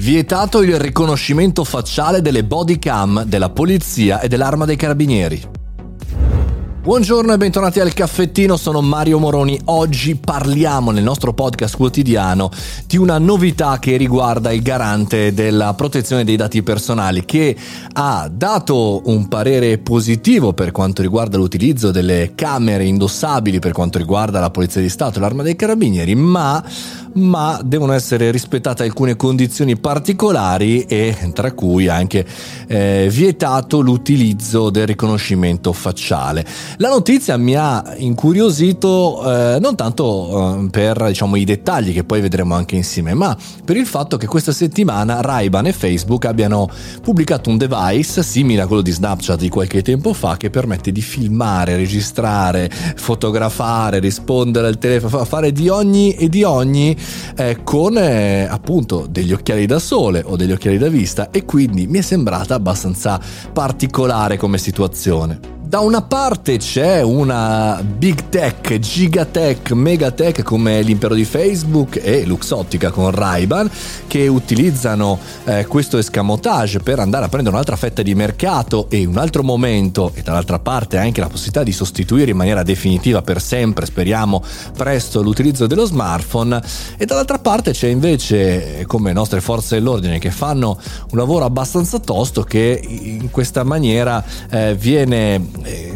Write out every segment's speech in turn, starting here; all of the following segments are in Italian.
Vietato il riconoscimento facciale delle body cam della polizia e dell'Arma dei Carabinieri. Buongiorno e bentornati al caffettino, sono Mario Moroni. Oggi parliamo nel nostro podcast quotidiano di una novità che riguarda il garante della protezione dei dati personali, che ha dato un parere positivo per quanto riguarda l'utilizzo delle camere indossabili per quanto riguarda la Polizia di Stato e l'Arma dei Carabinieri, ma devono essere rispettate alcune condizioni particolari e tra cui anche vietato l'utilizzo del riconoscimento facciale. La notizia mi ha incuriosito non tanto per i dettagli che poi vedremo anche insieme, ma per il fatto che questa settimana Ray-Ban e Facebook abbiano pubblicato un device simile a quello di Snapchat di qualche tempo fa, che permette di filmare, registrare, fotografare, rispondere al telefono, fare di ogni e di ogni con appunto degli occhiali da sole o degli occhiali da vista, e quindi mi è sembrata abbastanza particolare come situazione. Da una parte c'è una big tech, gigatech, megatech come l'impero di Facebook e Luxottica con Ray-Ban, che utilizzano questo escamotage per andare a prendere un'altra fetta di mercato e un altro momento, e dall'altra parte anche la possibilità di sostituire in maniera definitiva per sempre, speriamo presto, l'utilizzo dello smartphone. E dall'altra parte c'è invece come nostre forze dell'ordine, che fanno un lavoro abbastanza tosto, che in questa maniera viene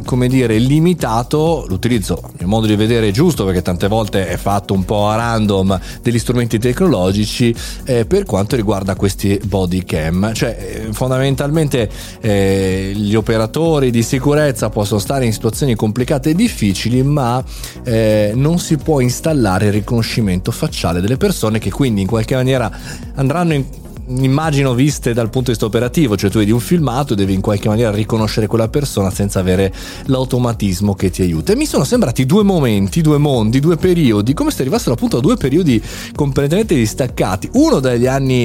limitato l'utilizzo, a mio modo di vedere giusto, perché tante volte è fatto un po' a random, degli strumenti tecnologici per quanto riguarda questi body cam. Cioè fondamentalmente gli operatori di sicurezza possono stare in situazioni complicate e difficili, ma non si può installare il riconoscimento facciale delle persone, che quindi in qualche maniera andranno immagino viste dal punto di vista operativo, cioè tu vedi un filmato e devi in qualche maniera riconoscere quella persona senza avere l'automatismo che ti aiuta. E mi sono sembrati due momenti, due mondi, due periodi, come se arrivassero appunto a due periodi completamente distaccati. Uno dagli anni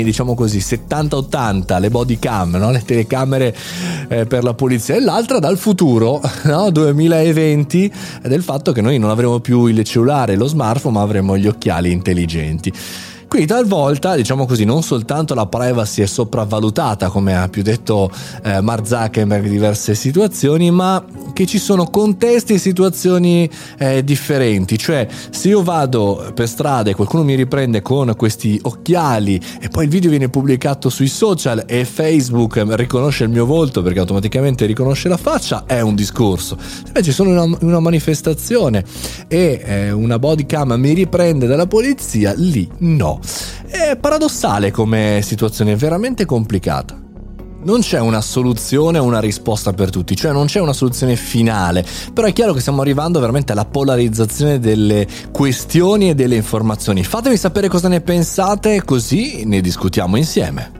70-80, le body cam, no? Le telecamere per la polizia, e l'altra dal futuro, no? 2020, del fatto che noi non avremo più il cellulare e lo smartphone, ma avremo gli occhiali intelligenti. Quindi talvolta, non soltanto la privacy è sopravvalutata, come ha più detto Mark Zuckerberg in diverse situazioni, ma che ci sono contesti e situazioni differenti. Cioè, se io vado per strada e qualcuno mi riprende con questi occhiali e poi il video viene pubblicato sui social e Facebook riconosce il mio volto perché automaticamente riconosce la faccia, è un discorso. Se invece sono in una manifestazione e una body cam mi riprende dalla polizia, lì no. È paradossale come situazione, è veramente complicata. Non c'è una soluzione o una risposta per tutti, cioè non c'è una soluzione finale, però è chiaro che stiamo arrivando veramente alla polarizzazione delle questioni e delle informazioni. Fatemi sapere cosa ne pensate, così ne discutiamo insieme.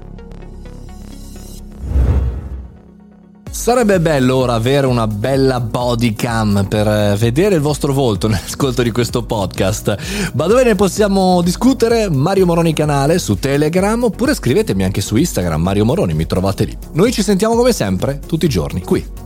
Sarebbe bello ora avere una bella body cam per vedere il vostro volto nell'ascolto di questo podcast. Ma dove ne possiamo discutere? Mario Moroni canale su Telegram, oppure scrivetemi anche su Instagram, Mario Moroni, mi trovate lì. Noi ci sentiamo come sempre tutti i giorni qui.